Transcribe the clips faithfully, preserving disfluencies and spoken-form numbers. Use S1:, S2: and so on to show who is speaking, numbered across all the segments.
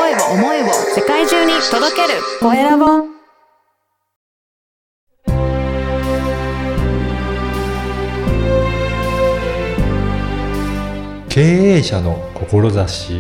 S1: 声を思いを世界中に届けるコエラボ。
S2: 経営者の志。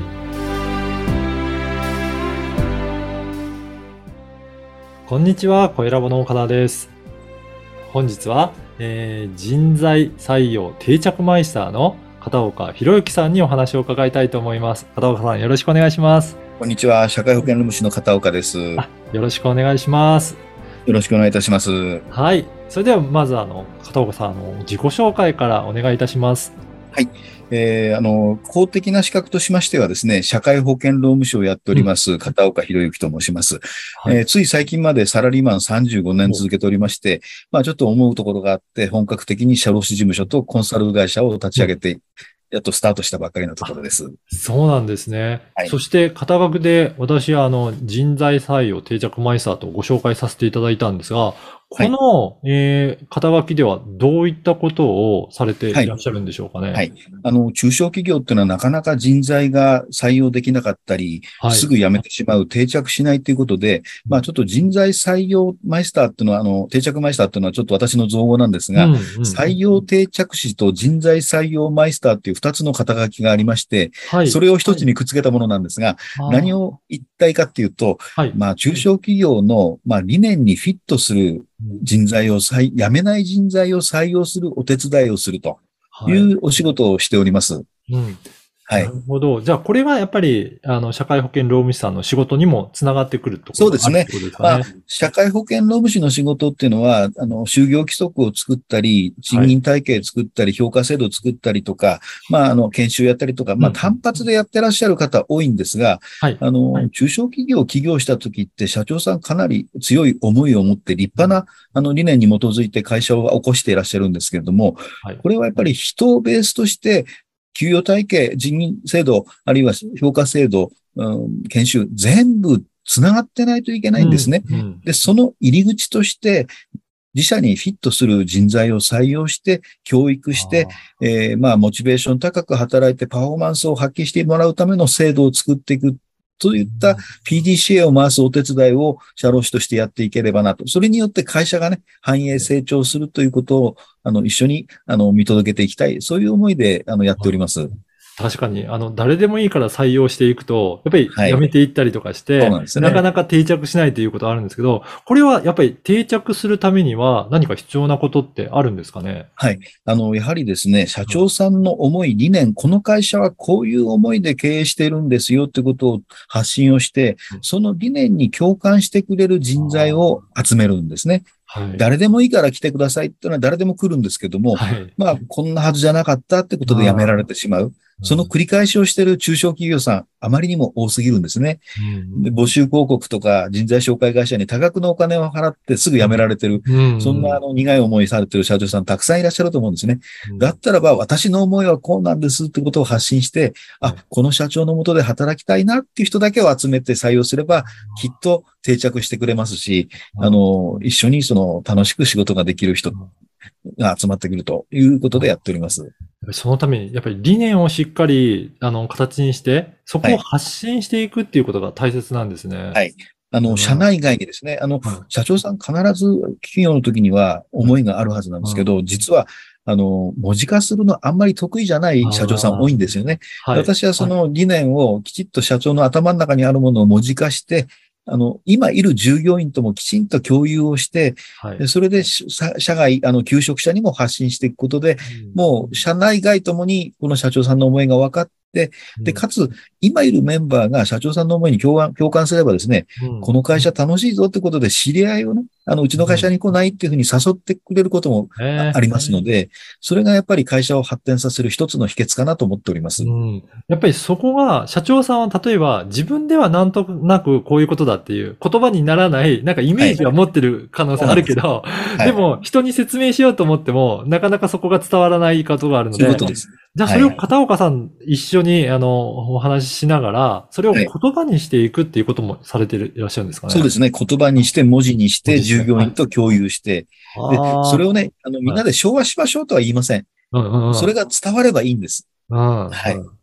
S2: こんにちは、コエラボの岡田です。本日は、えー、人材採用定着マイスターの片岡博之さんにお話を伺いたいと思います。片岡さん、よろしくお願いします。
S3: こんにちは、社会保険労務士の片岡です。
S2: あ、よろしくお願いします。
S3: よろしくお願いいたします。
S2: はい。それではまずあの片岡さんの自己紹介からお願いいたします。
S3: はい。えー、あの、公的な資格としましてはですね、社会保険労務士をやっております、うん、片岡博之と申します、はい。えー。つい最近までサラリーマンさんじゅうごねん続けておりまして、まあちょっと思うところがあって、本格的に社労士事務所とコンサル会社を立ち上げて、うん、やっとスタートしたばっかりのところです。
S2: そうなんですね。はい、そして、肩書きで私はあの人材採用定着マイスターとご紹介させていただいたんですが、この、はい、えー、肩書きではどういったことをされていらっしゃるんでしょうかね。はい。
S3: はい、あの、中小企業っていうのはなかなか人材が採用できなかったり、はい、すぐ辞めてしまう、定着しないということで、まあちょっと人材採用マイスターっていうのは、あの、定着マイスターっていうのはちょっと私の造語なんですが、うんうんうん、採用定着士と人材採用マイスターっていう二つの肩書きがありまして、はい、それを一つにくっつけたものなんですが、はい、何を一体かっていうと、はい、まあ中小企業の、まあ理念にフィットする人材を採、辞めない人材を採用するお手伝いをするというお仕事をしております。はい、うん
S2: はい。なるほど。じゃあ、これがやっぱり、あの、社会保険労務士さんの仕事にもつながってくるところがあるってことですかね。そうですね。
S3: まあ、社会保険労務士の仕事っていうのは、あの、就業規則を作ったり、賃金体系作ったり、はい、評価制度を作ったりとか、まあ、あの、研修やったりとか、まあ、単発でやってらっしゃる方多いんですが、はい、あの、はい、中小企業を起業した時って社長さんかなり強い思いを持って立派な、あの、理念に基づいて会社を起こしていらっしゃるんですけれども、はい、これはやっぱり人をベースとして、給与体系、人員制度、あるいは評価制度、うん、研修、全部つながってないといけないんですね。うんうん、で、その入り口として、自社にフィットする人材を採用して、教育して、えー、まあ、モチベーション高く働いてパフォーマンスを発揮してもらうための制度を作っていく。といった ピーディーシーエー を回すお手伝いを社労士としてやっていければなと。それによって会社がね、繁栄成長するということを、あの、一緒に、あの、見届けていきたい。そういう思いで、あの、やっております。
S2: 確かに、あの、誰でもいいから採用していくと、やっぱり辞めていったりとかして、はい、そうなんですね、なかなか定着しないということはあるんですけど、これはやっぱり定着するためには何か必要なことってあるんですかね？
S3: はい。あの、やはりですね、社長さんの思い、理念、この会社はこういう思いで経営しているんですよってことを発信をして、その理念に共感してくれる人材を集めるんですね。はい、誰でもいいから来てくださいってのは誰でも来るんですけども、はい、まあ、こんなはずじゃなかったってことで辞められてしまう。その繰り返しをしている中小企業さん、あまりにも多すぎるんですね。うん、で募集広告とか人材紹介会社に多額のお金を払ってすぐ辞められてる。うん、そんなあの苦い思いされてる社長さんたくさんいらっしゃると思うんですね。うん、だったらば私の思いはこうなんですってことを発信して、あ、この社長の下で働きたいなっていう人だけを集めて採用すれば、きっと定着してくれますし、あの、一緒にその楽しく仕事ができる人が集まってくるということでやっております。
S2: そのために、やっぱり理念をしっかり、あの、形にして、そこを発信していくっていうことが大切なんですね。
S3: はい。あの、社内外にですね、あの、はい、社長さん必ず企業の時には思いがあるはずなんですけど、うん、実は、あの、文字化するのあんまり得意じゃない社長さん多いんですよね。はい、私はその理念をきちっと社長の頭の中にあるものを文字化して、あの、今いる従業員ともきちんと共有をして、はい、それで社外、あの、求職者にも発信していくことで、うん、もう社内外ともにこの社長さんの思いが分かって、で、かつ、今いるメンバーが社長さんの思いに共感、共感すればですね、うん、この会社楽しいぞってことで知り合いをね、あの、うちの会社に来ないっていうふうに誘ってくれることもありますので、それがやっぱり会社を発展させる一つの秘訣かなと思っております。
S2: うん、やっぱりそこが、社長さんは例えば自分ではなんとなくこういうことだっていう言葉にならない、なんかイメージは持ってる可能性あるけど、はい、でも人に説明しようと思っても、なかなかそこが伝わらないことがあるので、
S3: そういうことです。
S2: じゃあそれを片岡さん一緒に、あの、お話ししながら、それを言葉にしていくっていうこともされていらっしゃるんですかね。
S3: そうですね。言葉にして、文字にして、従業員と共有して、はい、で、それをね、あの、みんなで昭和しましょうとは言いません。はい、それが伝わればいいんです。
S2: はい、
S3: はい。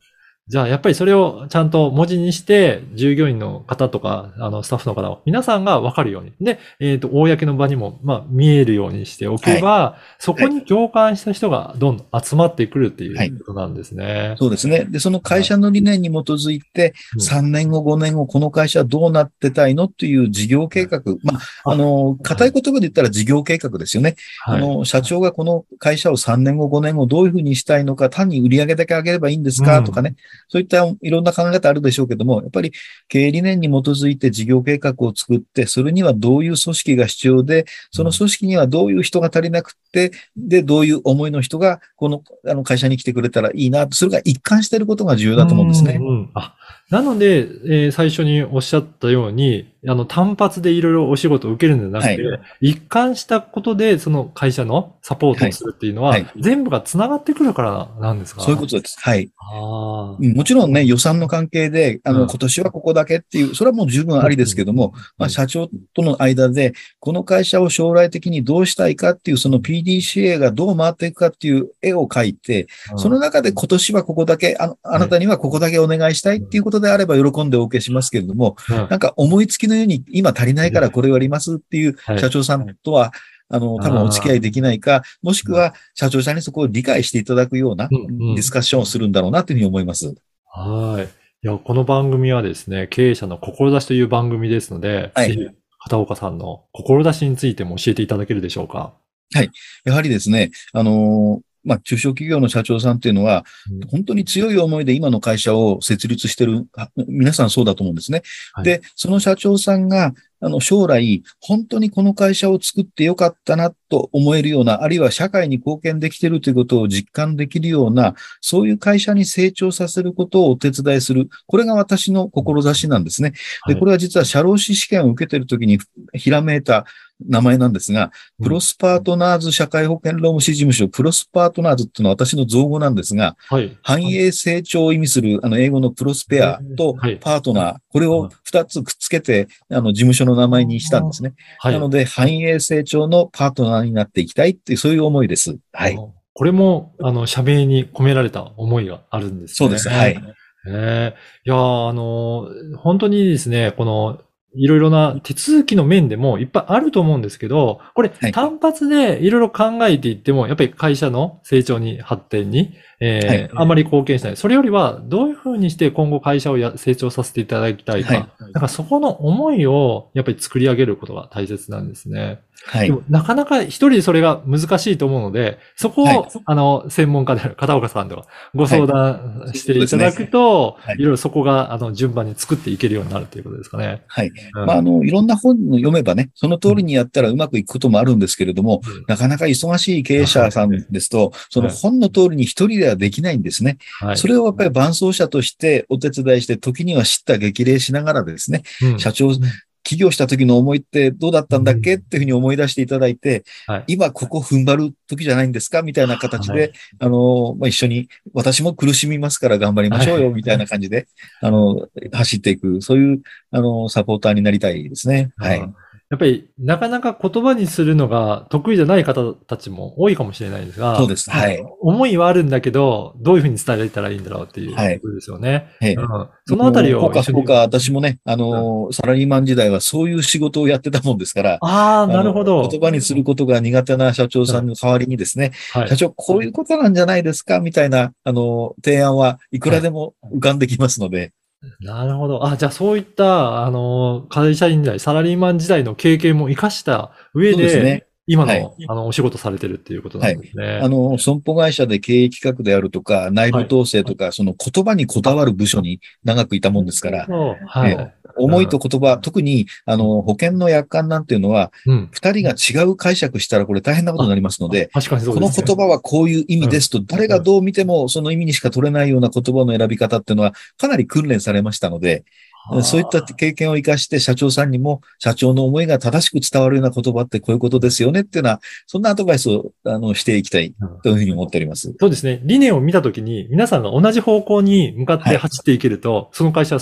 S2: じゃあ、やっぱりそれをちゃんと文字にして、従業員の方とか、あの、スタッフの方を、皆さんがわかるように。で、えっと、公の場にも、まあ、見えるようにしておけば、そこに共感した人がどんどん集まってくるっていうことなんですね。
S3: そうですね。で、その会社の理念に基づいて、さんねんご、ごねんご、この会社はどうなってたいのっていう事業計画。まあ、あの、固い言葉で言ったら事業計画ですよね。あの、社長がこの会社をさんねんご、ごねんごどういうふうにしたいのか、単に売り上げだけ上げればいいんですかとかね。そういったいろんな考え方あるでしょうけども、やっぱり経営理念に基づいて事業計画を作って、それにはどういう組織が必要で、その組織にはどういう人が足りなくて、で、どういう思いの人がこのあの会社に来てくれたらいいな、それが一貫していることが重要だと思うんですね。
S2: うんうん、あ、なので、えー、最初におっしゃったように、あの、単発でいろいろお仕事を受けるんじゃなくて、はい、一貫したことでその会社のサポートをするっていうのは、はいはい、全部が繋がってくるからなんですか？
S3: そういうことです。はい。
S2: あ、
S3: もちろんね、予算の関係で、あの、うん、今年はここだけっていう、それはもう十分ありですけども、うん、まあ、社長との間で、この会社を将来的にどうしたいかっていう、その ピーディーシーエー がどう回っていくかっていう絵を描いて、うん、その中で今年はここだけ、あの、あなたにはここだけお願いしたいっていうことであれば喜んでお受けしますけれども、うん、なんか思いつきのように今足りないからこれをやりますっていう社長さんとは、あの、多分お付き合いできないか、もしくは社長さんにそこを理解していただくようなディスカッションをするんだろうなというふうに思います。
S2: はい。いや、この番組はですね、経営者の志という番組ですので、はい、ぜひ片岡さんの志についても教えていただけるでしょうか。
S3: はい。やはりですね、あのー、まあ、中小企業の社長さんっていうのは、うん、本当に強い思いで今の会社を設立してる、皆さんそうだと思うんですね。はい、で、その社長さんが、あの、将来、本当にこの会社を作ってよかったなと思えるような、あるいは社会に貢献できているということを実感できるような、そういう会社に成長させることをお手伝いする。これが私の志なんですね。で、これは実は社労士試験を受けているときにひらめいた名前なんですが、プロスパートナーズ社会保険労務士事務所、プロスパートナーズっていうのは私の造語なんですが、はい、繁栄成長を意味する、あの、英語のプロスペアとパートナー、これを二つくっつけて、あの、事務所の名前にしたんですね。はい、なので、繁栄成長のパートナーになっていきたいっていう、そういう思いです。はい。
S2: これも、あの、社名に込められた思いがあるんですね。
S3: そうです。はい。
S2: えー、いやー、あの、本当にですね、この、いろいろな手続きの面でもいっぱいあると思うんですけど、これ単発でいろいろ考えていっても、やっぱり会社の成長に発展に、えーはい、あまり貢献しない。それよりはどういうふうにして今後会社をや成長させていただきたいか。はい、なんかそこの思いをやっぱり作り上げることが大切なんですね。はい。でもなかなか一人でそれが難しいと思うので、そこを、はい、あの、専門家である片岡さんとかご相談していただくと、はい、いろいろそこが、あの、順番に作っていけるようになるということですかね。
S3: はい。うん、まあ、あの、いろんな本を読めばね、その通りにやったらうまくいくこともあるんですけれども、うん、なかなか忙しい経営者さんですと、その本の通りに一人ではできないんですね。はい、それをやっぱり伴走者としてお手伝いして、時には叱咤激励しながらですね、うん、社長、起業した時の思いってどうだったんだっけっていうふうに思い出していただいて、はい、今ここ踏ん張る時じゃないんですかみたいな形で、はい、あの、まあ、一緒に私も苦しみますから頑張りましょうよみたいな感じで、はい、あの、走っていく、そういう、あの、サポーターになりたいですね。はい。
S2: やっぱり、なかなか言葉にするのが得意じゃない方たちも多いかもしれないですが、
S3: そうです。はい。
S2: 思いはあるんだけど、どういうふうに伝えられたらいいんだろうっていうことですよね。はい。うん、そのあたりを。
S3: そうか、そうか、私もね、あの、うん、サラリーマン時代はそういう仕事をやってたもんですから、
S2: ああ、なるほど。
S3: 言葉にすることが苦手な社長さんの代わりにですね、はい、社長、こういうことなんじゃないですかみたいな、あの、提案はいくらでも浮かんできますので、はい、
S2: なるほど。あ、じゃあそういった、あの、会社員時代、サラリーマン時代の経験も活かした上で、ね、今の、はい、あの、お仕事されてるっていうことなんですね。はい、
S3: あの、損保会社で経営企画であるとか、内部統制とか、はい、その言葉にこだわる部署に長くいたもんですから、はい。ね、思いと言葉、うん、特に、あの、保険の約款なんていうのは、二、うん、人が違う解釈したらこれ大変なことになりますので、
S2: 確かにそうですね、
S3: この言葉はこういう意味ですと、うん、誰がどう見てもその意味にしか取れないような言葉の選び方っていうのはかなり訓練されましたので、そういった経験を生かして社長さんにも社長の思いが正しく伝わるような言葉ってこういうことですよねっていうのは、そんなアドバイスをあのしていきたいというふうに思っております。
S2: そうですね。理念を見たときに皆さんが同じ方向に向かって走っていけると、はい、その会社はすごく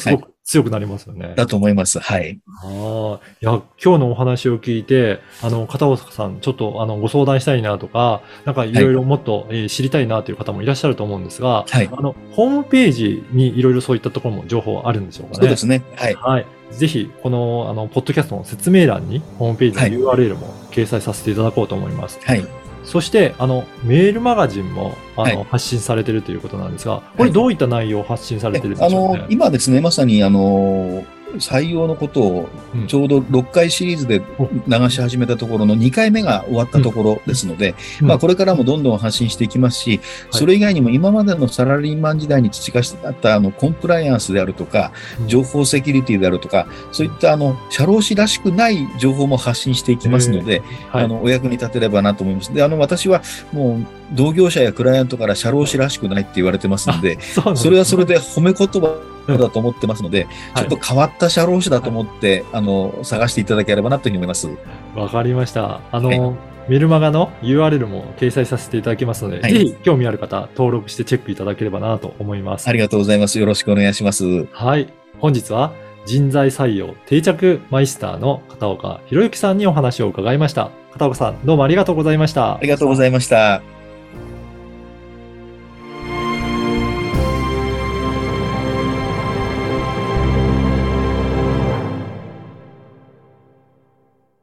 S2: 強くなりますよね。
S3: だと思います。はい。
S2: ああ、いや、今日のお話を聞いて、あの、片岡さん、ちょっと、あの、ご相談したいなとか、なんかいろいろもっと、えー知りたいなという方もいらっしゃると思うんですが、
S3: はい。
S2: あの、ホームページにいろいろそういったところも情報あるんでしょうかね。
S3: そうですね。はい。
S2: はい。ぜひ、この、あの、ポッドキャストの説明欄に、ホームページの ユーアールエル も掲載させていただこうと思います。
S3: はい。
S2: そして、あの、メールマガジンも、あの、
S3: はい
S2: 発信されてるということなんですが、これどういった内容を発信されてるんで
S3: あの、
S2: しょうね。
S3: 今ですね、まさに、あの、採用のことを
S2: うん
S3: ちょうどろっかいシリーズで流し始めたところのにかいめが終わったところですので、
S2: うん
S3: まあこれからもどんどん発信していきますし、それ以外にも今までのサラリーマン時代に培ったあのコンプライアンスであるとか、情報セキュリティであるとか、そういったあの社労士らしくない情報も発信していきますので、
S2: はい
S3: あのお役に立てればなと思います。で、あの私はもう同業者やクライアントから社労士らしくないって言われてますので、
S2: そうなんですね
S3: それはそれで褒め言葉だと思ってますので、ちょっと変わった社労士だと思って、あの、探していただければなというふうに思います。
S2: わかりました。あの、
S3: はい
S2: メルマガの ユーアールエル も掲載させていただきますので、
S3: はい
S2: ぜひ興味ある方、登録してチェックいただければなと思います。
S3: ありがとうございます。よろしくお願いします。
S2: はい。本日は人材採用定着マイスターの片岡博之さんにお話を伺いました。片岡さん、どうもありがとうございました
S3: あ。りがとうございました。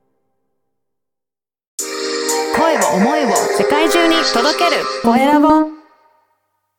S1: 声を思いを世界中に届けるコエラボ。